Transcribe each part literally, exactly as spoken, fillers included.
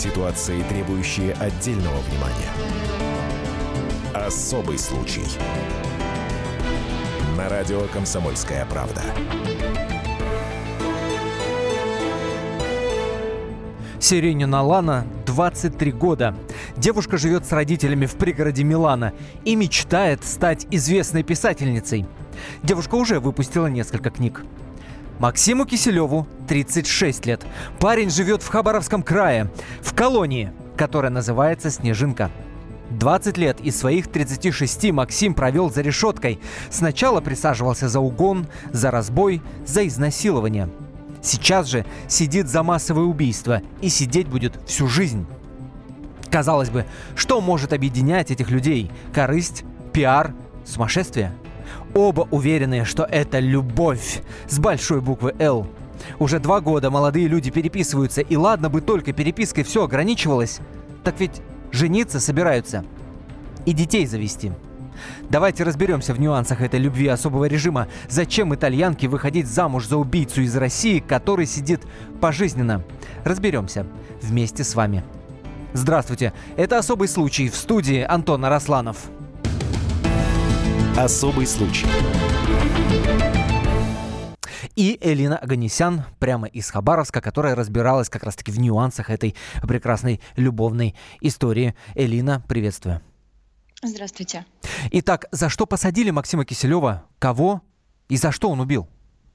Ситуации, требующие отдельного внимания. Особый случай. На радио «Комсомольская правда». Сиренина Лана, двадцать три года. Девушка живет с родителями в пригороде Милана и мечтает стать известной писательницей. Девушка уже выпустила несколько книг. Максиму Киселеву тридцать шесть лет. Парень живет в Хабаровском крае, в колонии, которая называется «Снежинка». двадцать лет из своих тридцати шести Максим провел за решеткой. Сначала присаживался за угон, за разбой, за изнасилование. Сейчас же сидит за массовое убийство и сидеть будет всю жизнь. Казалось бы, что может объединять этих людей? Корысть, пиар, сумасшествие? Оба уверены, что это любовь с большой буквы «Л». Уже два года молодые люди переписываются, и ладно бы только перепиской все ограничивалось, так ведь жениться собираются и детей завести. Давайте разберемся в нюансах этой любви особого режима. Зачем итальянке выходить замуж за убийцу из России, который сидит пожизненно? Разберемся вместе с вами. Здравствуйте, это «Особый случай», в студии Антон Арасланов. Особый случай. И Элина Оганесян, прямо из Хабаровска, которая разбиралась как раз-таки в нюансах этой прекрасной любовной истории. Элина, приветствую. Здравствуйте. Итак, за что посадили Максима Киселева? Кого? И за что он убил?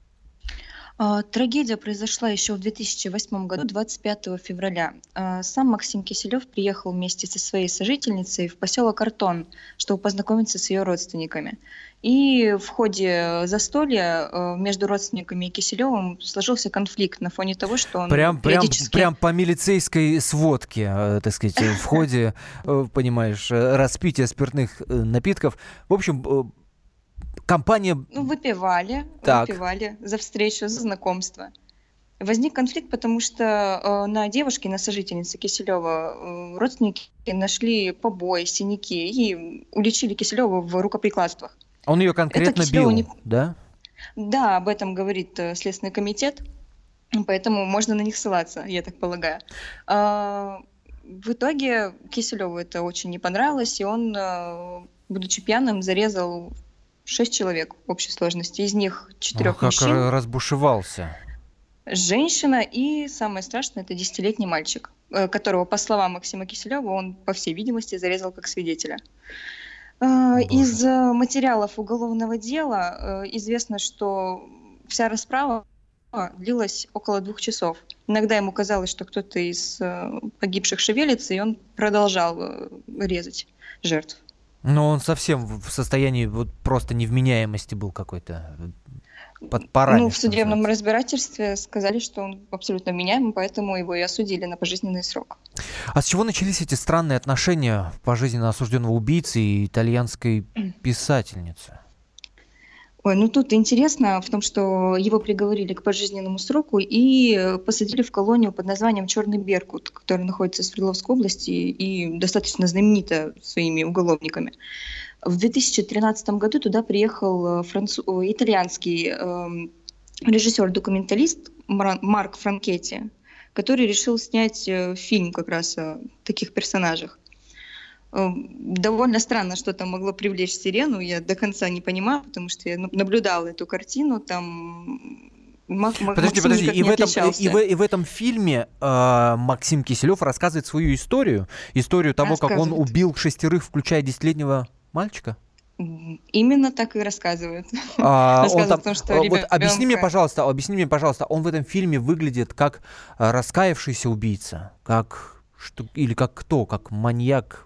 Трагедия произошла еще в две тысячи восьмом году, двадцать пятого февраля. Сам Максим Киселев приехал вместе со своей сожительницей в поселок Артон, чтобы познакомиться с ее родственниками. И в ходе застолья между родственниками и Киселевым сложился конфликт на фоне того, что он прям, периодически... Прям, прям по милицейской сводке, так сказать, в ходе, понимаешь, распития спиртных напитков. В общем... Компания... Ну, выпивали, так. выпивали за встречу, за знакомство. Возник конфликт, потому что э, на девушке, на сожительнице Киселева, э, родственники нашли побои, синяки и уличили Киселева в рукоприкладствах. Он ее конкретно бил, не... да? Да, об этом говорит э, Следственный комитет, поэтому можно на них ссылаться, я так полагаю. Э, в итоге Киселеву это очень не понравилось, и он, э, будучи пьяным, зарезал шесть человек в общей сложности. Из них четырех как мужчин. Как разбушевался. Женщина и, самое страшное, это десятилетний мальчик, которого, по словам Максима Киселева, он, по всей видимости, зарезал как свидетеля. Боже. Из материалов уголовного дела известно, что вся расправа длилась около двух часов. Иногда ему казалось, что кто-то из погибших шевелится, и он продолжал резать жертв. Но он совсем в состоянии вот просто невменяемости был какой-то, под парами. Ну, в судебном разбирательстве сказали, что он абсолютно вменяемый, поэтому его и осудили на пожизненный срок. А с чего начались эти странные отношения пожизненно осужденного убийцы и итальянской писательницы? Ой, ну тут интересно в том, что его приговорили к пожизненному сроку и посадили в колонию под названием «Черный Беркут», которая находится в Свердловской области и достаточно знаменита своими уголовниками. В две тысячи тринадцатом году туда приехал француз... итальянский э, режиссер-документалист Марк Франкетти, который решил снять фильм как раз о таких персонажах. Довольно странно, что там могло привлечь Сирену, я до конца не понимаю, потому что я наблюдала эту картину, там Мак- подожди, Максим подожди, никак и не в, этом, отличался. и, в, и в этом фильме э, Максим Киселев рассказывает свою историю, историю того, как он убил шестерых, включая десятилетнего мальчика? Именно так и рассказывает. А, рассказывает там, о том, что вот ребенка... объясни мне, пожалуйста, объясни мне, пожалуйста, он в этом фильме выглядит как раскаявшийся убийца, как что, или как кто, как маньяк?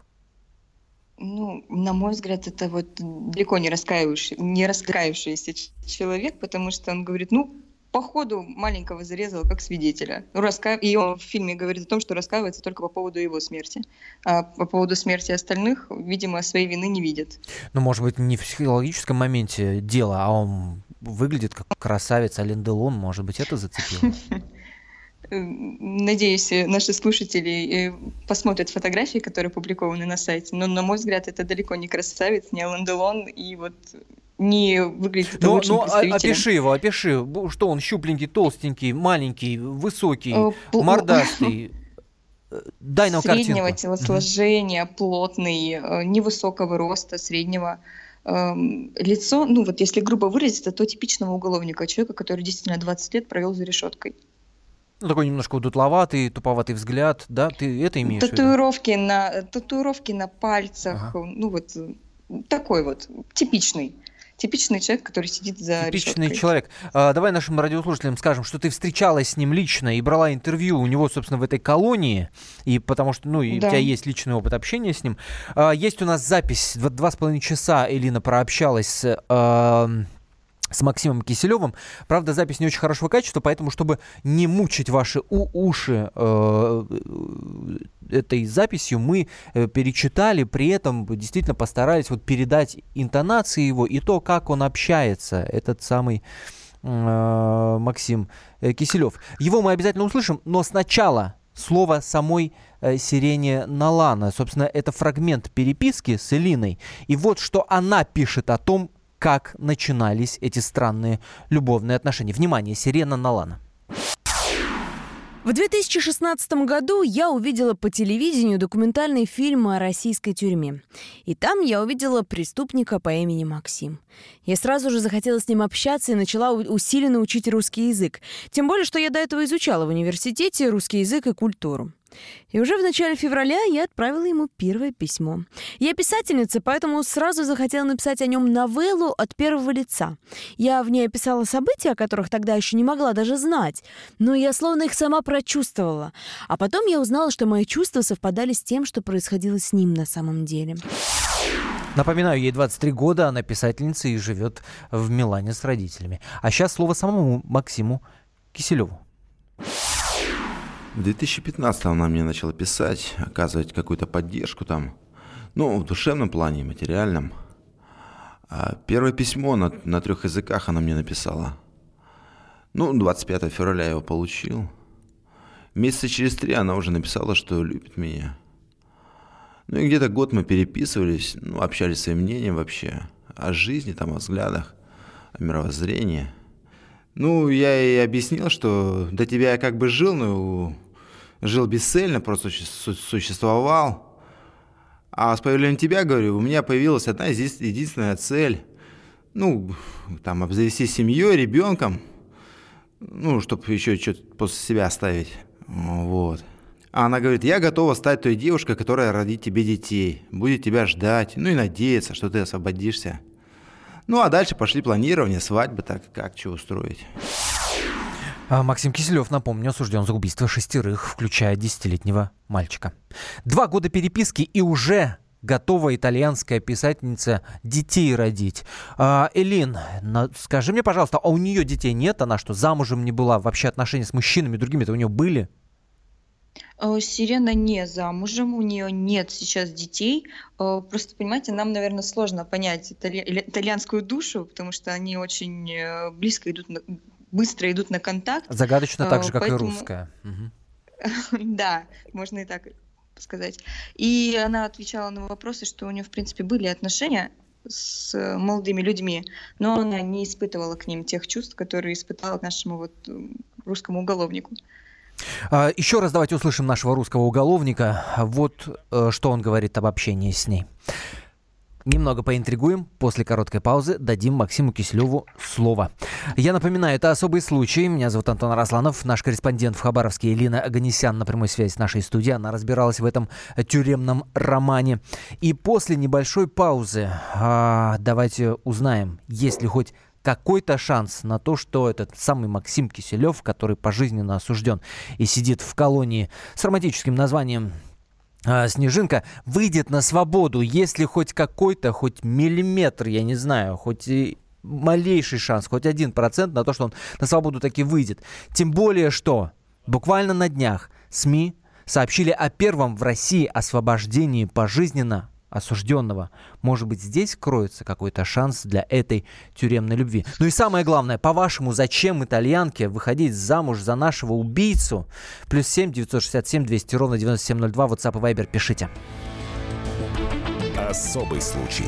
Ну, на мой взгляд, это вот далеко не раскаивающий, не раскаявшийся человек, потому что он говорит, ну, по ходу маленького зарезал как свидетеля. Ну, раска... И он в фильме говорит о том, что раскаивается только по поводу его смерти. А по поводу смерти остальных, видимо, своей вины не видит. Ну, может быть, не в психологическом моменте дела, а он выглядит как красавец Ален Делон, может быть, это зацепило? Надеюсь, наши слушатели посмотрят фотографии, которые опубликованы на сайте. Но, на мой взгляд, это далеко не красавец, не Ален Делон, и вот не выглядит это лучшим представителем. Опиши его, опиши. Что он щупленький, толстенький, маленький, высокий, Пл- мордастый. дай нам среднего картинку. телосложения, угу. плотный, невысокого роста, среднего. Лицо, ну вот если грубо выразиться, то типичного уголовника, человека, который действительно двадцать лет провел за решеткой. Ну, такой немножко дутловатый, туповатый взгляд, да? Ты это имеешь татуировки в виду? На, татуировки на пальцах, ага. ну вот такой вот типичный. Типичный человек, который сидит за Типичный решеткой. человек. А, давай нашим радиослушателям скажем, что ты встречалась с ним лично и брала интервью у него, собственно, в этой колонии, и потому что, ну, и да. у тебя есть личный опыт общения с ним. А, есть у нас запись, два с половиной часа Элина прообщалась с... А, с Максимом Киселевым. Правда, запись не очень хорошего качества, поэтому, чтобы не мучить ваши у- уши э, этой записью, мы э, перечитали, при этом действительно постарались вот передать интонации его и то, как он общается, этот самый э, Максим Киселев. Его мы обязательно услышим, но сначала слово самой э, Сирене Налана. Собственно, это фрагмент переписки с Элиной. И вот что она пишет о том, как начинались эти странные любовные отношения. Внимание, Сирена Налана. В две тысячи шестнадцатом году я увидела по телевидению документальный фильм о российской тюрьме. И там я увидела преступника по имени Максим. Я сразу же захотела с ним общаться и начала усиленно учить русский язык. Тем более, что я до этого изучала в университете русский язык и культуру. И уже в начале февраля я отправила ему первое письмо. Я писательница, поэтому сразу захотела написать о нем новеллу от первого лица. Я в ней описала события, о которых тогда еще не могла даже знать, но я словно их сама прочувствовала. А потом я узнала, что мои чувства совпадали с тем, что происходило с ним на самом деле. Напоминаю, ей двадцать три года, она писательница и живет в Милане с родителями. А сейчас слово самому Максиму Киселеву. В две тысячи пятнадцатом она мне начала писать, оказывать какую-то поддержку там, ну, в душевном плане, материальном. А первое письмо на, на трех языках она мне написала. Ну, двадцать пятого февраля я его получил. Месяца через три она уже написала, что любит меня. Ну и где-то год мы переписывались, ну, общались своим мнением вообще о жизни, там, о взглядах, о мировоззрении. Ну, я ей объяснил, что до тебя я как бы жил, но жил бесцельно, просто существовал. А с появлением тебя, говорю, у меня появилась одна единственная цель. Ну, там, обзавестись семьей, ребенком. Ну, чтобы еще что-то после себя оставить. Вот. А она говорит, я готова стать той девушкой, которая родит тебе детей, будет тебя ждать, ну и надеяться, что ты освободишься. Ну, а дальше пошли планирование, свадьбы, так как, что устроить. Максим Киселев, напомню, осужден за убийство шестерых, включая десятилетнего мальчика. Два года переписки и уже готова итальянская писательница детей родить. А, Элин, скажи мне, пожалуйста, а у нее детей нет? Она что, замужем не была? Вообще отношения с мужчинами другими-то у нее были? Сирена не замужем, у нее нет сейчас детей. Просто, понимаете, нам, наверное, сложно понять итали... итальянскую душу, потому что они очень близко идут, на... быстро идут на контакт. Загадочно так же, как Поэтому... и русская. Да, можно и так сказать. И она отвечала на вопросы, что у нее, в принципе, были отношения с молодыми людьми, но она не испытывала к ним тех чувств, которые испытала к нашему вот русскому уголовнику. Еще раз давайте услышим нашего русского уголовника. Вот что он говорит об общении с ней. Немного поинтригуем. После короткой паузы дадим Максиму Киселеву слово. Я напоминаю, это особый случай. Меня зовут Антон Арасланов. Наш корреспондент в Хабаровске Элина Оганесян на прямой связи с нашей студией. Она разбиралась в этом тюремном романе. И после небольшой паузы а, давайте узнаем, есть ли хоть какой-то шанс на то, что этот самый Максим Киселев, который пожизненно осужден и сидит в колонии с романтическим названием э, «Снежинка», выйдет на свободу, если хоть какой-то, хоть миллиметр, я не знаю, хоть и малейший шанс, хоть один процент на то, что он на свободу таки выйдет. Тем более, что буквально на днях СМИ сообщили о первом в России освобождении пожизненно осужденного. Может быть, здесь кроется какой-то шанс для этой тюремной любви. Ну и самое главное, по-вашему, зачем итальянке выходить замуж за нашего убийцу? Плюс семь девятьсот шестьдесят семь двести ровно девяносто семь ноль два, WhatsApp и Viber, пишите. Особый случай.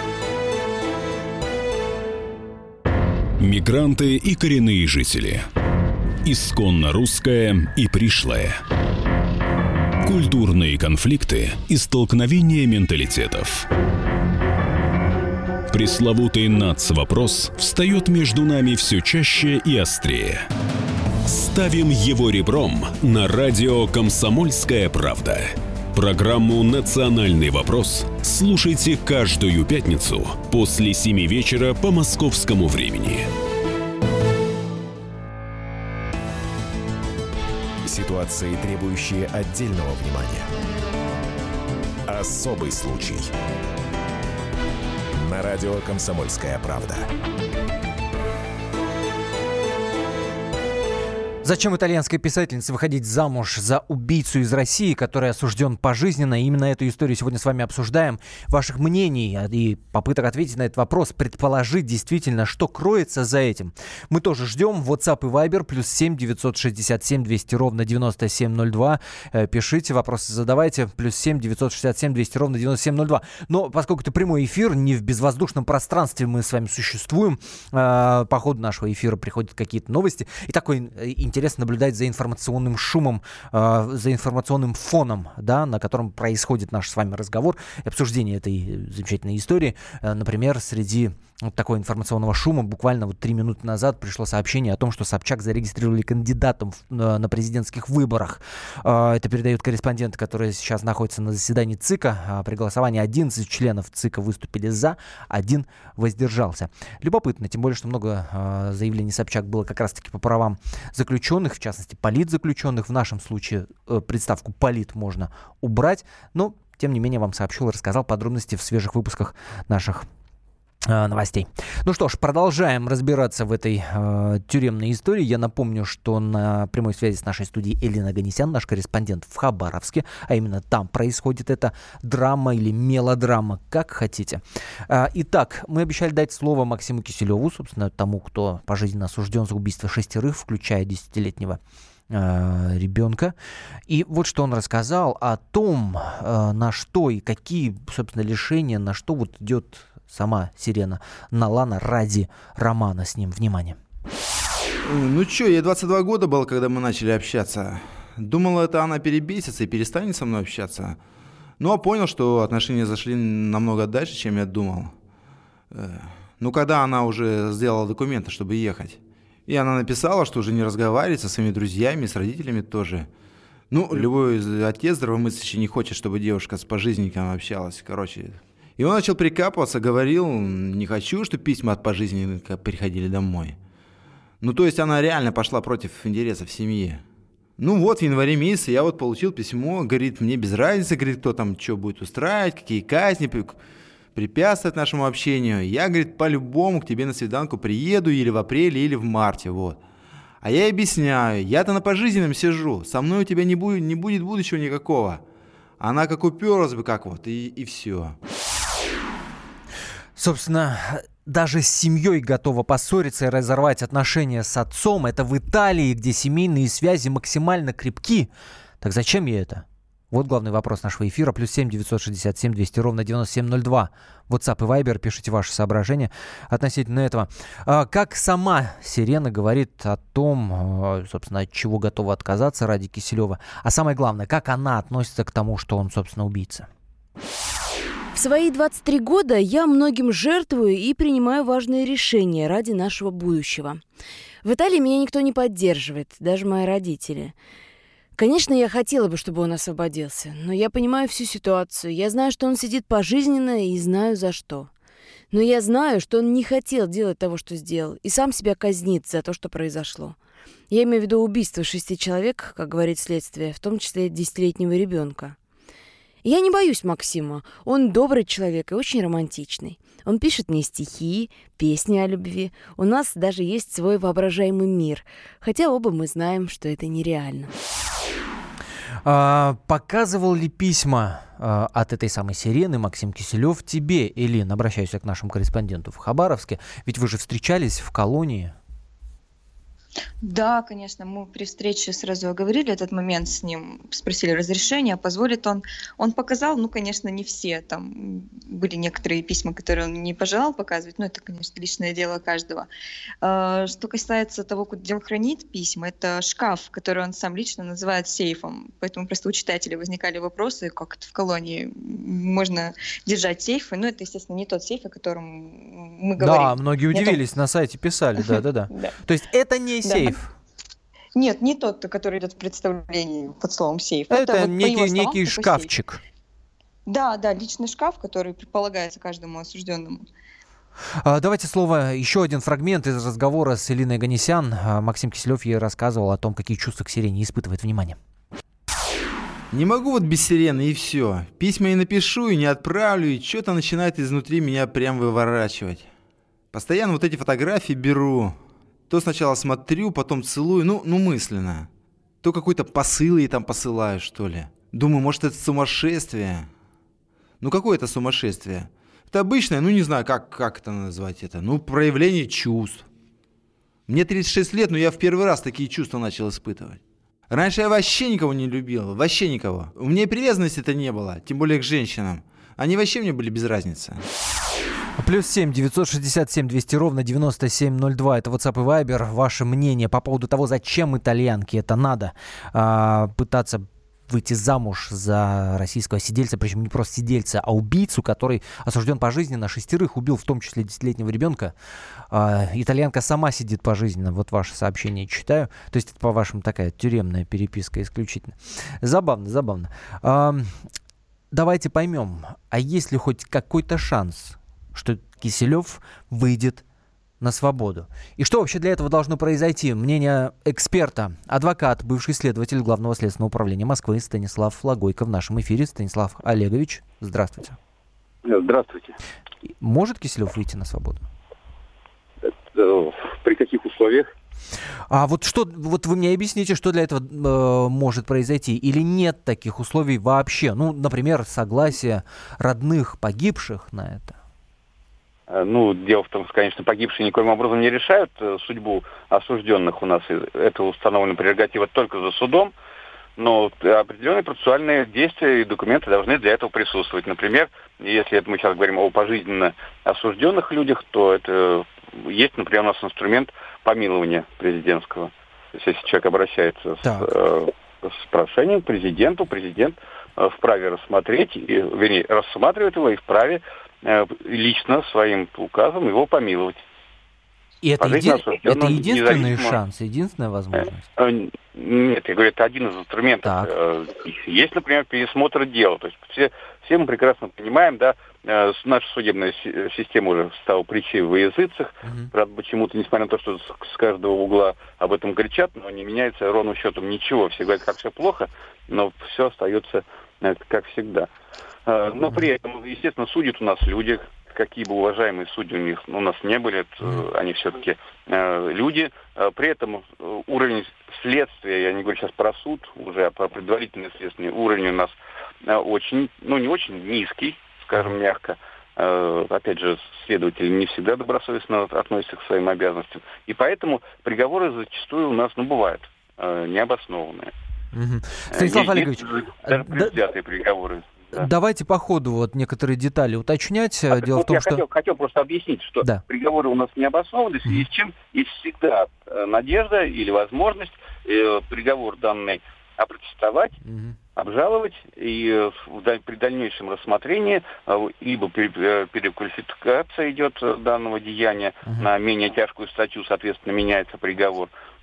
Мигранты и коренные жители. Исконно русское и пришлое. Культурные конфликты и столкновения менталитетов. Пресловутый НАЦ-вопрос встает между нами все чаще и острее. Ставим его ребром на радио «Комсомольская правда». Программу «Национальный вопрос» слушайте каждую пятницу после семи вечера по московскому времени. Ситуации, требующие отдельного внимания. Особый случай. На радио «Комсомольская правда». Зачем итальянской писательнице выходить замуж за убийцу из России, который осужден пожизненно? И именно эту историю сегодня с вами обсуждаем. Ваших мнений и попыток ответить на этот вопрос, предположить действительно, что кроется за этим. Мы тоже ждем. WhatsApp и Viber плюс семь девятьсот шестьдесят семь двести ровно девяносто семь ноль два. Пишите, вопросы задавайте. Плюс семь девятьсот шестьдесят семь двести ровно девяносто семь ноль два. Но поскольку это прямой эфир, не в безвоздушном пространстве мы с вами существуем. По ходу нашего эфира приходят какие-то новости. И такой интересный Интересно наблюдать за информационным шумом, э, за информационным фоном, да, на котором происходит наш с вами разговор и обсуждение этой замечательной истории. Э, например, среди вот такого информационного шума буквально вот три минуты назад пришло сообщение о том, что Собчак зарегистрировали кандидатом в, э, на президентских выборах. Э, это передают корреспонденты, которые сейчас находятся на заседании ЦИКа. Э, при голосовании одиннадцать членов ЦИКа выступили за, один воздержался. Любопытно, тем более, что много э, заявлений Собчак было как раз-таки по правам заключенных, в частности, политзаключенных. В нашем случае э, приставку «полит» можно убрать, но, тем не менее, вам сообщил и рассказал подробности в свежих выпусках наших э, новостей. Ну что ж, продолжаем разбираться в этой э, тюремной истории. Я напомню, что на прямой связи с нашей студией Элина Оганесян, наш корреспондент в Хабаровске, а именно там происходит эта драма или мелодрама, как хотите. Э, итак, мы обещали дать слово Максиму Киселеву, собственно, тому, кто пожизненно осужден за убийство шестерых, включая десятилетнего э, ребенка. И вот что он рассказал о том, э, на что и какие, собственно, лишения, на что вот идет сама Сирена Налана ради романа с ним. Внимание. Ну чё, ей двадцать два года было, когда мы начали общаться. Думал, это она перебесится и перестанет со мной общаться. Ну, а понял, что отношения зашли намного дальше, чем я думал. Ну, когда она уже сделала документы, чтобы ехать. И она написала, что уже не разговаривает со своими друзьями, с родителями тоже. Ну, любой отец здравомыслящий не хочет, чтобы девушка с пожизненником общалась. Короче... И он начал прикапываться, говорил, не хочу, чтобы письма от пожизненника приходили домой. Ну, то есть она реально пошла против интересов семьи. Ну, вот в январе месяце я вот получил письмо, говорит, мне без разницы, говорит, кто там что будет устраивать, какие казни препятствовать нашему общению. Я, говорит, по-любому к тебе на свиданку приеду или в апреле, или в марте, вот. А я объясняю, я-то на пожизненном сижу, со мной у тебя не будет, не будет будущего никакого. Она как уперлась бы, как вот, и, и все. Собственно, даже с семьей готова поссориться и разорвать отношения с отцом. Это в Италии, где семейные связи максимально крепки. Так зачем ей это? Вот главный вопрос нашего эфира. Плюс семь девятьсот шестьдесят семь двести ровно девяносто семь ноль два. WhatsApp и Viber. Пишите ваши соображения относительно этого. А, как сама Сирена говорит о том, собственно, от чего готова отказаться ради Киселева. А самое главное, как она относится к тому, что он, собственно, убийца. В свои двадцать три года я многим жертвую и принимаю важные решения ради нашего будущего. В Италии меня никто не поддерживает, даже мои родители. Конечно, я хотела бы, чтобы он освободился, но я понимаю всю ситуацию. Я знаю, что он сидит пожизненно, и знаю, за что. Но я знаю, что он не хотел делать того, что сделал, и сам себя казнит за то, что произошло. Я имею в виду убийство шести человек, как говорит следствие, в том числе десятилетнего ребенка. Я не боюсь Максима. Он добрый человек и очень романтичный. Он пишет мне стихи, песни о любви. У нас даже есть свой воображаемый мир. Хотя оба мы знаем, что это нереально. А, показывал ли письма а, от этой самой Сирены Максим Киселев тебе, Элин? Обращаюсь к нашему корреспонденту в Хабаровске. Ведь вы же встречались в колонии. Да, конечно, мы при встрече сразу оговорили этот момент с ним, спросили разрешения, позволит он. Он показал, ну, конечно, не все. Там были некоторые письма, которые он не пожелал показывать, но это, конечно, личное дело каждого. А, Что касается того, где он хранит письма, это шкаф, который он сам лично называет сейфом. Поэтому просто у читателей возникали вопросы, как это в колонии можно держать сейфы. Но это, естественно, не тот сейф, о котором мы говорим. Да, многие Не удивились, на сайте писали, да-да-да. Да. То есть это не Да. сейф, Нет, не тот, который идет в представлении под словом сейф. это вот по его некий, словам некий такой сейф. шкафчик. Да, да, личный шкаф, который предполагается каждому осужденному. А, Давайте слово, еще один фрагмент из разговора с Элиной Оганесян. А, Максим Киселев ей рассказывал о том, какие чувства к сирене испытывает. Внимание. Не могу вот без сирены, и все. Письма и напишу, и не отправлю, и что-то начинает изнутри меня прям выворачивать. Постоянно вот эти фотографии беру. То сначала смотрю, потом целую, ну, ну мысленно. То какой-то посыл ей там посылаю, что ли. Думаю, может, это сумасшествие. Ну, какое это сумасшествие? Это обычное, ну, не знаю, как, как это назвать это. Ну, проявление чувств. Мне тридцать шесть лет, но я в первый раз такие чувства начал испытывать. Раньше я вообще никого не любил, вообще никого. У меня и привязанности-то не было, тем более к женщинам. Они вообще мне были без разницы. Плюс семь девятьсот шестьдесят семь двести ровно девяносто семь ноль два. Это WhatsApp и Viber. Ваше мнение по поводу того, зачем итальянке это надо а, пытаться выйти замуж за российского сидельца, причем не просто сидельца, а убийцу, который осужден пожизненно, шестерых убил, в том числе десятилетнего ребенка. А, итальянка сама сидит пожизненно, вот ваше сообщение читаю. То есть это, по-вашему, такая тюремная переписка исключительно. Забавно, забавно. А, давайте поймем, а есть ли хоть какой-то шанс, что Киселев выйдет на свободу? И что вообще для этого должно произойти? Мнение эксперта, адвокат, бывший следователь Главного следственного управления Москвы Станислав Логойко в нашем эфире. Станислав Олегович, здравствуйте. Здравствуйте. Может Киселев выйти на свободу? Это, при каких условиях? А вот что, вот вы мне объясните, что для этого э, может произойти? Или нет таких условий вообще? Ну, например, согласие родных погибших на это. Ну, дело в том, что, конечно, погибшие никоим образом не решают судьбу осужденных у нас. Это установлена прерогатива только за судом. Но определенные процессуальные действия и документы должны для этого присутствовать. Например, если это мы сейчас говорим о пожизненно осужденных людях, то это есть, например, у нас инструмент помилования президентского. То есть если человек обращается с, э, с прошением к президенту, президент э, вправе рассмотреть, и, вернее, рассматривает его и вправе э, лично своим указом его помиловать. И это, еди... это единственный шанс, единственная возможность? Нет, я говорю, это один из инструментов. Так. Есть, например, пересмотр дела. То есть все, все мы прекрасно понимаем, да, наша судебная система уже стала притчей во языцах. Угу. Правда, почему-то, несмотря на то, что с каждого угла об этом кричат, но не меняется ровным счетом ничего. Все говорят, как все плохо, но все остается как всегда. Но при этом, естественно, судят у нас люди, какие бы уважаемые судьи у них у нас не были, это, они все-таки э, люди. При этом уровень следствия, я не говорю сейчас про суд, уже а про предварительный следственный уровень у нас э, очень, ну не очень низкий, скажем мягко. Э, опять же, следователи не всегда добросовестно относятся к своим обязанностям. И поэтому приговоры зачастую у нас, ну, бывают э, необоснованные. Угу. Станислав есть, Олегович, даже предвзятые да... приговоры. Да. Давайте по ходу вот некоторые детали уточнять. А Дело вот в том, я что... хотел, хотел просто объяснить, что да. приговоры у нас не обоснованы, в связи с чем есть всегда надежда или возможность э, приговор данный опротестовать, угу. обжаловать, и в, при дальнейшем рассмотрении э, либо переквалификация идет данного деяния угу. на менее тяжкую статью, соответственно, меняется приговор,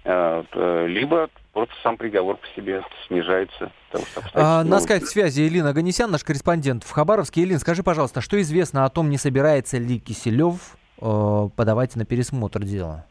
э, либо просто сам приговор по себе снижается. А, на скайп-связи Элина Оганесян, наш корреспондент в Хабаровске. Элин, скажи, пожалуйста, что известно о том, не собирается ли Киселев э, подавать на пересмотр дела?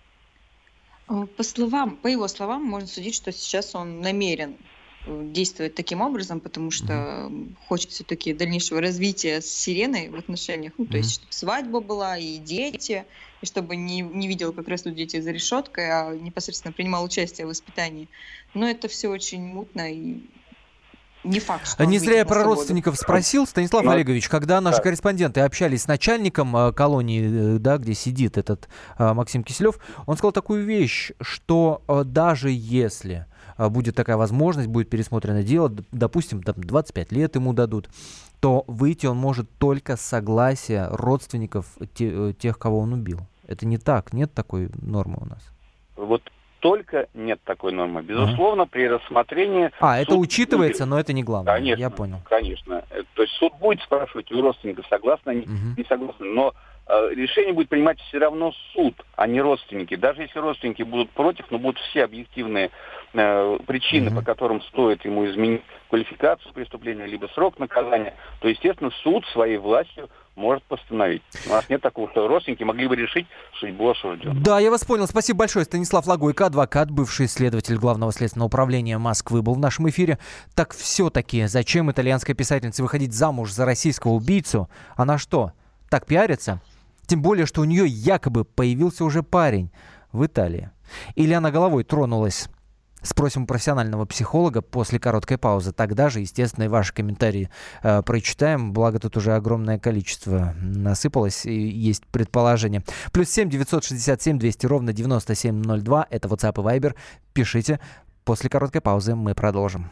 По словам, по его словам, можно судить, что сейчас он намерен действовать таким образом, потому что mm-hmm. хочет все-таки дальнейшего развития с Сиреной в отношениях, ну, то mm-hmm. есть, чтобы свадьба была, и дети, и чтобы не, не видел, как растут дети за решеткой, а непосредственно принимал участие в воспитании. Но это все очень мутно, и не факт, что он Не зря я выйдет на про свободу. родственников спросил, Станислав Ну, Олегович, когда наши да. корреспонденты общались с начальником э, колонии, э, да, где сидит этот э, Максим Киселев, он сказал такую вещь, что э, даже если э, будет такая возможность, будет пересмотрено дело, д- допустим, там двадцать пять лет ему дадут, то выйти он может только с согласия родственников те- э, тех, кого он убил. Это не так, нет такой нормы у нас. Вот только нет такой нормы. Безусловно, при рассмотрении... А, это суд учитывается, будет- но это не главное. Конечно, Я понял. конечно. Э, То есть суд будет спрашивать у родственников, согласны они, Мгм. не согласны. Но э, решение будет принимать все равно суд, а не родственники. Даже если родственники будут против, но будут все объективные э, причины, Мгм. по которым стоит ему изменить квалификацию преступления, либо срок наказания, то, естественно, суд своей властью может постановить. У нас нет такого, что родственники могли бы решить судьбу осужденного. Да, я вас понял. Спасибо большое. Станислав Логойко, адвокат, бывший следователь Главного следственного управления Москвы, был в нашем эфире. Так все-таки, зачем итальянской писательнице выходить замуж за российского убийцу? Она что, так пиарится? Тем более, что у нее якобы появился уже парень в Италии. Или она головой тронулась? Спросим у профессионального психолога после короткой паузы. Тогда же, естественно, и ваши комментарии э, прочитаем. Благо, тут уже огромное количество насыпалось и есть предположение. Плюс семь девятьсот шестьдесят семь двести ровно девяносто семь ноль два. Это WhatsApp и Viber. Пишите. После короткой паузы мы продолжим.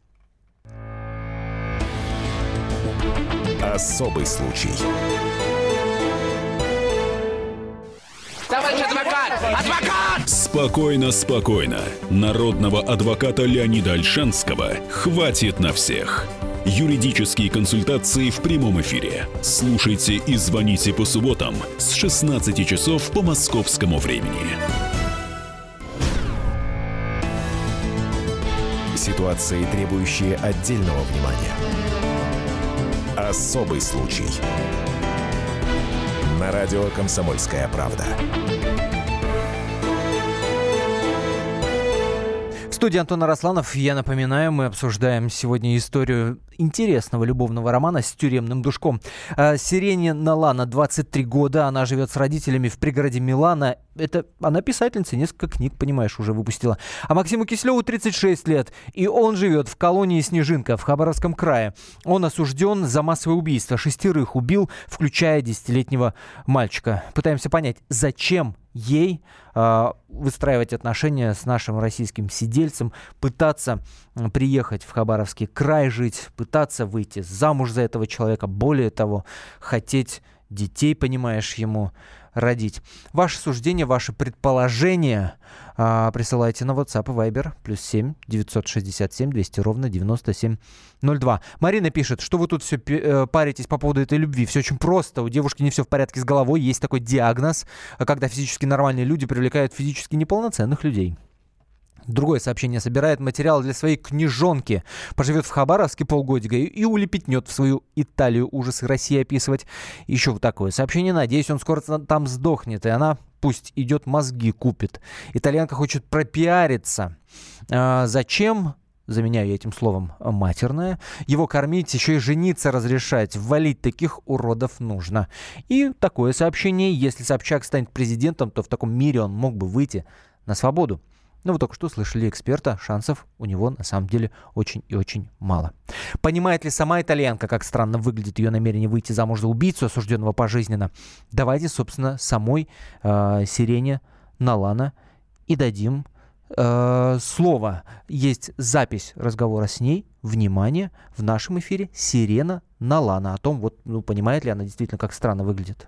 Особый случай. Товарищ адвокат! Адвокат! Спокойно, спокойно. Народного адвоката Леонида Ольшанского хватит на всех. Юридические консультации в прямом эфире. Слушайте и звоните по субботам с шестнадцати часов по московскому времени. Ситуации, требующие отдельного внимания. Особый случай. На радио «Комсомольская правда». В студии Антон Арасланов. Я напоминаю, мы обсуждаем сегодня историю интересного любовного романа с тюремным душком. А, Сирене Налана, двадцать три года. Она живет с родителями в пригороде Милана. Это она писательница, несколько книг, понимаешь, уже выпустила. А Максиму Киселеву тридцать шесть лет. И он живет в колонии Снежинка в Хабаровском крае. Он осужден за массовое убийство. Шестерых убил, включая десятилетнего мальчика. Пытаемся понять, зачем ей э, выстраивать отношения с нашим российским сидельцем, пытаться э, приехать в Хабаровский край жить, пытаться выйти замуж за этого человека, более того, хотеть детей, понимаешь, ему родить. Ваши суждения, ваши предположения э, присылайте на WhatsApp и Viber плюс семь девятьсот шестьдесят семь двести ровно девяносто семь ноль два. Марина пишет, что вы тут все э, паритесь по поводу этой любви. Все очень просто. У девушки не все в порядке с головой. Есть такой диагноз, когда физически нормальные люди привлекают физически неполноценных людей. Другое сообщение: собирает материал для своей книжонки. Поживет в Хабаровске полгодика и, и улепетнет в свою Италию ужасы России описывать. Еще вот такое сообщение. Надеюсь, он скоро там сдохнет, и она пусть идет мозги купит. Итальянка хочет пропиариться. А, зачем? Заменяю я этим словом матерное. Его кормить, еще и жениться разрешать. Валить таких уродов нужно. И такое сообщение: если Собчак станет президентом, то в таком мире он мог бы выйти на свободу. Но вы только что слышали эксперта, шансов у него на самом деле очень и очень мало. Понимает ли сама итальянка, как странно выглядит ее намерение выйти замуж за убийцу, осужденного пожизненно? Давайте, собственно, самой э, Сирене Налана и дадим э, слово. Есть запись разговора с ней. Внимание, в нашем эфире Сирена Налана. О том, вот, ну, понимает ли она действительно, как странно выглядит.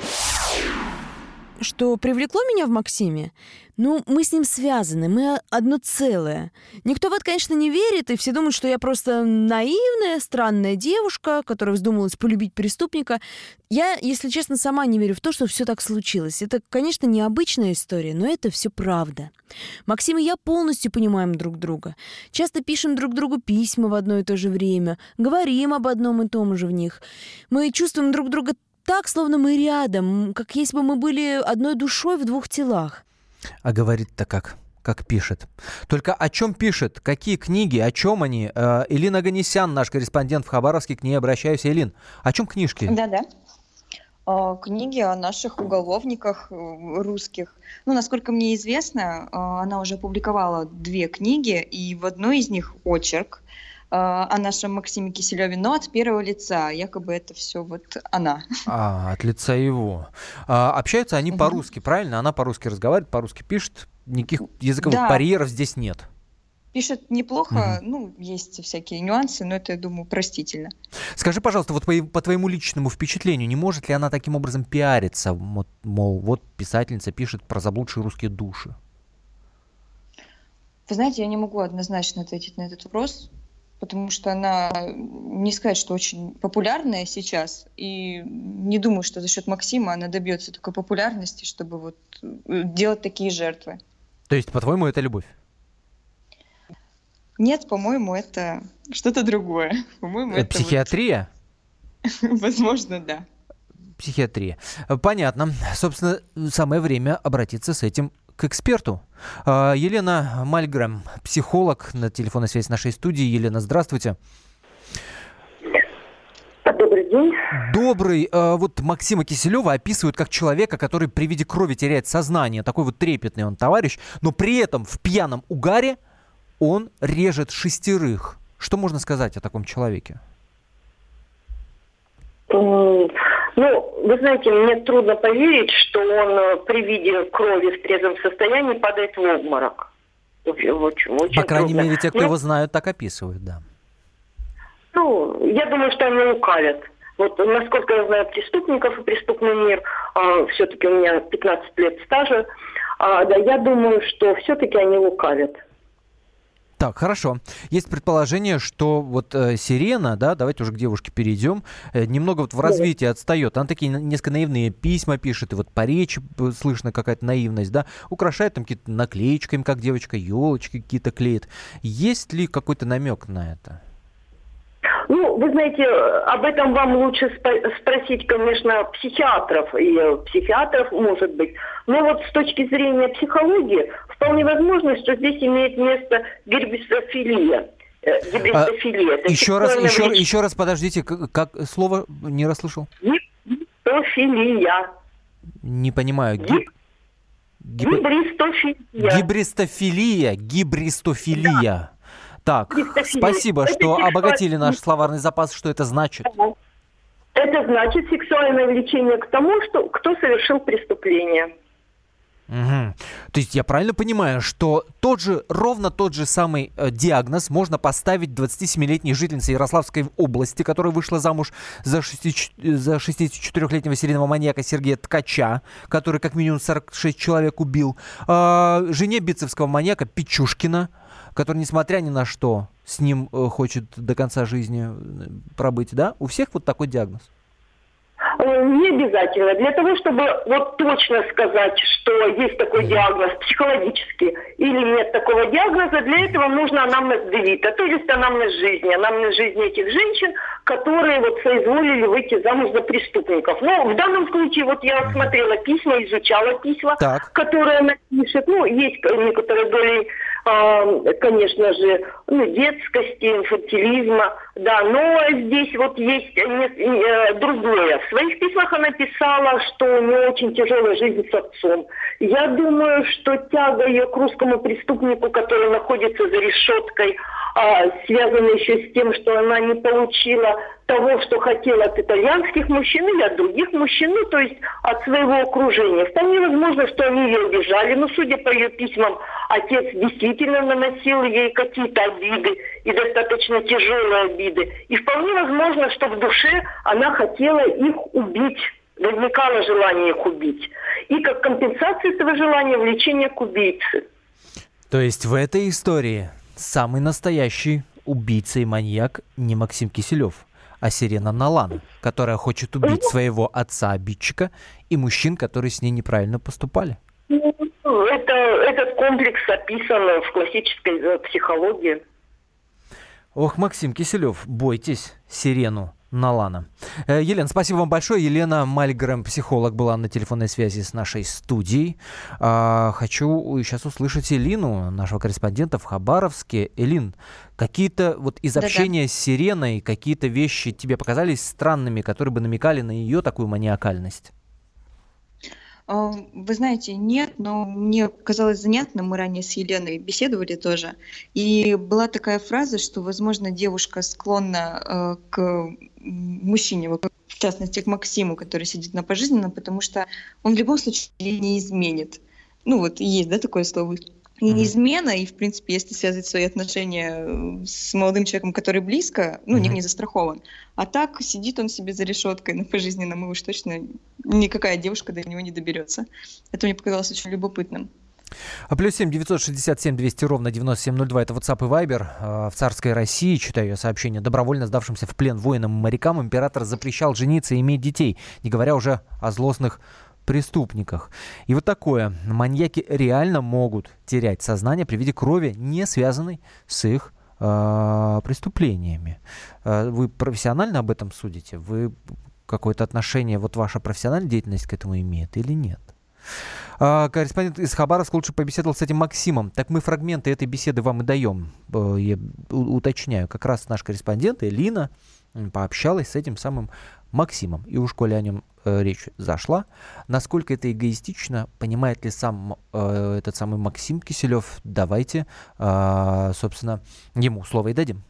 Что привлекло меня в Максиме? Ну, мы с ним связаны, мы одно целое. Никто в это, конечно, не верит, и все думают, что я просто наивная, странная девушка, которая вздумалась полюбить преступника. Я, если честно, сама не верю в то, что все так случилось. Это, конечно, необычная история, но это все правда. Максим и я полностью понимаем друг друга. Часто пишем друг другу письма в одно и то же время, говорим об одном и том же в них. Мы чувствуем друг друга так, словно мы рядом, как если бы мы были одной душой в двух телах. А говорит-то как? Как пишет. Только о чем пишет? Какие книги? О чем они? Э, Элина Оганесян, наш корреспондент в Хабаровске, к ней обращаюсь. Элин, о чем книжки? Да-да. Э, книги о наших уголовниках э, русских. Ну, насколько мне известно, э, она уже опубликовала две книги, и в одной из них очерк о нашем Максиме Киселеве, но от первого лица. Якобы это все вот она. А, от лица его. А, общаются они Мгм. по-русски, правильно? Она по-русски разговаривает, по-русски пишет. Никаких языковых Да. барьеров здесь нет. Пишет неплохо, Мгм. ну, есть всякие нюансы, но это, я думаю, простительно. Скажи, пожалуйста, вот по, по твоему личному впечатлению, не может ли она таким образом пиариться? Вот, мол, вот писательница пишет про заблудшие русские души. Вы знаете, я не могу однозначно ответить на этот вопрос, потому что она, не сказать, что очень популярная сейчас, и не думаю, что за счет Максима она добьется такой популярности, чтобы вот э, делать такие жертвы. То есть, по-твоему, это любовь? Нет, по-моему, это что-то другое. По-моему, Это это вот- психиатрия? возможно, да. Психиатрия. Понятно. Собственно, самое время обратиться с этим к эксперту. А, Елена Мальгрэм, психолог, на телефонной связи с нашей студией. Елена, здравствуйте. Добрый день. Добрый. А, Вот Максима Киселева описывают как человека, который при виде крови теряет сознание. Такой вот трепетный он товарищ, но при этом в пьяном угаре он режет шестерых. Что можно сказать о таком человеке? М, Ну, вы знаете, мне трудно поверить, что он э, при виде крови в трезвом состоянии падает в обморок. Очень, очень, очень По крайней трудно. мере, те, кто Ну, его знают, так описывают, да. Ну, я думаю, что они лукавят. Вот насколько я знаю преступников и преступный мир, а, все-таки у меня пятнадцать лет стажа, а, да, я думаю, что все-таки они лукавят. Так, хорошо. Есть предположение, что вот э, Сирена, да, давайте уже к девушке перейдем, э, немного вот в развитии отстает. Она такие н- несколько наивные письма пишет, и вот по речи э, слышно какая-то наивность, да, украшает там какие-то наклеечками, как девочка, елочки какие-то клеит. Есть ли какой-то намек на это? Ну, вы знаете, об этом вам лучше спо- спросить, конечно, психиатров, и э, психиатров, может быть. Но вот с точки зрения психологии, вполне возможно, что здесь имеет место гибристофилия. Э, Гибристофилия. Это Еще раз, сексуальное еще, влечение. еще раз, подождите, к- как слово не расслышал? Гибристофилия. Не понимаю. Гиб... гиб- Гибристофилия. Гибристофилия, гибристофилия. Так, Гибристофилия. спасибо, Это что сексуальное- обогатили наш словарный запас. Что это значит? Это значит сексуальное влечение к тому, что кто совершил преступление. Мгм. То есть я правильно понимаю, что тот же, ровно тот же самый э, диагноз можно поставить двадцатисемилетней жительнице Ярославской области, которая вышла замуж за, шестидесяти- за шестидесятичетырёхлетнего серийного маньяка Сергея Ткача, который как минимум сорок шесть человек убил, а, жене битцевского маньяка Пичушкина, который, несмотря ни на что, с ним э, хочет до конца жизни э, пробыть, да? У всех вот такой диагноз. Э, Не обязательно. Для того, чтобы вот точно сказать, что есть такой диагноз психологически или нет такого диагноза, для этого нужно анамнез девита, то есть анамнез жизни, анамнез жизни этих женщин, которые вот соизволили выйти замуж за преступников. Но в данном случае вот я смотрела письма, изучала письма, Так. которые она пишет. Ну, есть некоторые доли, э, конечно же, ну, детскости, инфантилизма, да, но здесь вот есть не- э, другое. В своих письмах она писала, что у нее очень тяжелая жизнь с отцом. Я думаю, что тяга ее к русскому преступнику, который находится за решеткой, а, связана еще с тем, что она не получила того, что хотела от итальянских мужчин или от других мужчин, ну, то есть от своего окружения. Вполне возможно, что они ее обижали, но, судя по ее письмам, отец действительно наносил ей какие-то обиды, и достаточно тяжелые обиды. И вполне возможно, что в душе она хотела их убить, возникало желание их убить. И как компенсация этого желания влечение к убийце. То есть в этой истории самый настоящий убийца и маньяк не Максим Киселев, а Сирена Налана, которая хочет убить своего отца-обидчика и мужчин, которые с ней неправильно поступали. Ну, Это, этот комплекс описан в классической э, психологии. Ох, Максим Киселев, бойтесь Сирену Налана. Э, Елена, спасибо вам большое. Елена Мальгрэм, психолог, была на телефонной связи с нашей студией. А, хочу сейчас услышать Элину, нашего корреспондента в Хабаровске. Элин, какие-то вот из Да-да. общения с Сиреной, какие-то вещи тебе показались странными, которые бы намекали на ее такую маниакальность? Вы знаете, нет, но мне казалось занятным, мы ранее с Еленой беседовали тоже, и была такая фраза, что, возможно, девушка склонна к мужчине, в частности, к Максиму, который сидит на пожизненном, потому что он в любом случае не изменит. Ну вот, есть, да, такое слово? И не измена, и, в принципе, если связать свои отношения с молодым человеком, который близко, ну, mm-hmm. не, не застрахован. А так сидит он себе за решеткой на пожизненном, и уж точно никакая девушка до него не доберется. Это мне показалось очень любопытным. А плюс семь девятьсот шестьдесят семь двести ровно девяносто семь ноль два. Это WhatsApp и Viber. В царской России, читаю я сообщение, добровольно сдавшимся в плен воинам и морякам император запрещал жениться и иметь детей, не говоря уже о злостных преступниках. И вот такое. Маньяки реально могут терять сознание при виде крови, не связанной с их э, преступлениями. Э, вы профессионально об этом судите? Вы какое-то отношение, вот ваша профессиональная деятельность к этому имеет или нет? Э, корреспондент из Хабаровска лучше побеседовал с этим Максимом. Так мы фрагменты этой беседы вам и даем. Э, я уточняю. Как раз наш корреспондент Элина пообщалась с этим самым Максимом. И уж коли о нем э, речь зашла, насколько это эгоистично, понимает ли сам э, этот самый Максим Киселев, давайте, э, собственно, ему слово и дадим.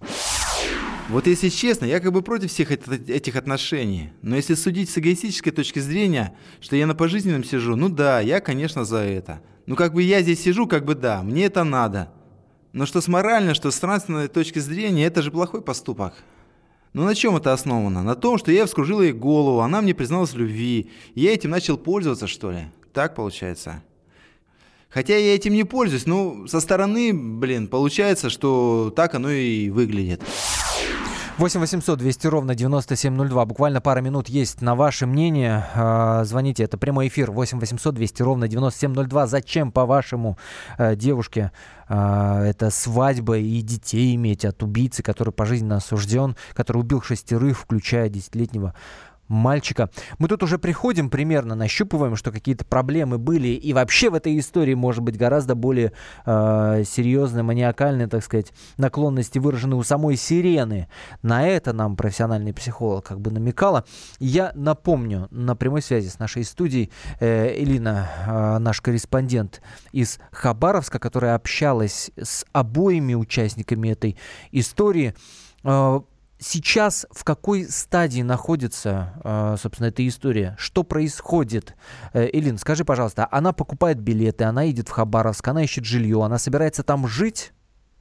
Вот если честно, я как бы против всех этих отношений. Но если судить с эгоистической точки зрения, что я на пожизненном сижу, ну да, я, конечно, за это. Ну как бы я здесь сижу, как бы да, мне это надо. Но что с моральной, что с нравственной точки зрения, это же плохой поступок. Но на чем это основано? На том, что я вскружил ей голову, она мне призналась в любви, и я этим начал пользоваться, что ли? Так получается. Хотя я этим не пользуюсь, но со стороны, блин, получается, что так оно и выглядит. восемь восемьсот двести ровно девяносто семь ноль два. Буквально пара минут есть на ваше мнение. Звоните, это прямой эфир. восемь восемьсот двести ровно девяносто семь ноль два. Зачем, по-вашему, девушке это свадьба и детей иметь от убийцы, который пожизненно осужден, который убил шестерых, включая десятилетнего мальчика? Мы тут уже приходим примерно, нащупываем, что какие-то проблемы были, и вообще в этой истории может быть гораздо более э, серьезные, маниакальные, так сказать, наклонности выражены у самой Сирены. На это нам профессиональный психолог как бы намекала. Я напомню, на прямой связи с нашей студией э, Элина, э, наш корреспондент из Хабаровска, которая общалась с обоими участниками этой истории. Э, Сейчас в какой стадии находится, собственно, эта история? Что происходит? Элин, скажи, пожалуйста, она покупает билеты, она едет в Хабаровск, она ищет жилье, она собирается там жить?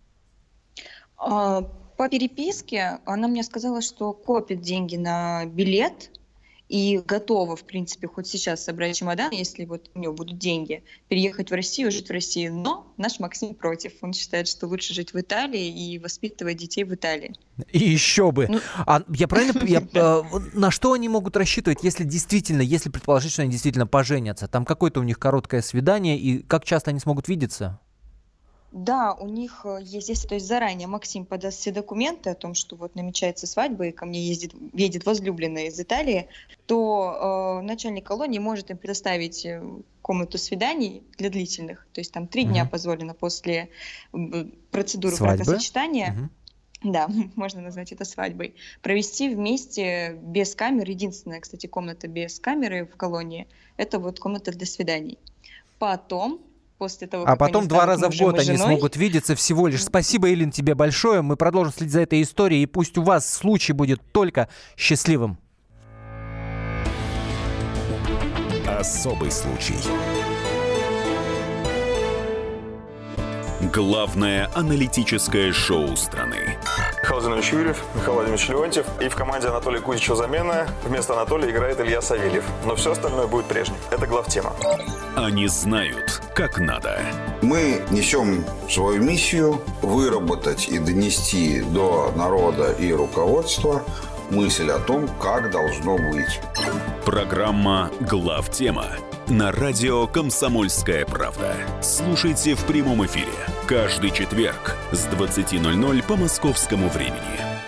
По переписке она мне сказала, что копит деньги на билет и готова, в принципе, хоть сейчас собрать чемодан, если вот у нее будут деньги, переехать в Россию, жить в России. Но наш Максим против. Он считает, что лучше жить в Италии и воспитывать детей в Италии. И еще бы. Ну... А я правильно... Я, э, на что они могут рассчитывать, если действительно, если предположить, что они действительно поженятся? Там какое-то у них короткое свидание, и как часто они смогут видеться? Да, у них есть, если то есть заранее Максим подаст все документы о том, что вот намечается свадьба и ко мне ездит, едет возлюбленная из Италии, то э, начальник колонии может им предоставить комнату свиданий для длительных, то есть там три угу. дня позволено после процедуры бракосочетания. Угу. Да, можно назвать это свадьбой. Провести вместе без камер. Единственная, кстати, комната без камеры в колонии – это вот комната для свиданий. Потом, после того, а потом два раза в год они женой. смогут видеться всего лишь. Спасибо, Элин, тебе большое. Мы продолжим следить за этой историей. И пусть у вас случай будет только счастливым. Особый случай. Главное аналитическое шоу страны. Михаил Владимирович Юрьев, Михаил Владимирович Леонтьев. И в команде Анатолия Кузичева замена. Вместо Анатолия играет Илья Савельев. Но все остальное будет прежним. Это главтема. Они знают, как надо. Мы несем свою миссию выработать и донести до народа и руководства мысль о том, как должно быть. Программа «Главтема» на радио «Комсомольская правда». Слушайте в прямом эфире каждый четверг с двадцати ноль-ноль по московскому времени.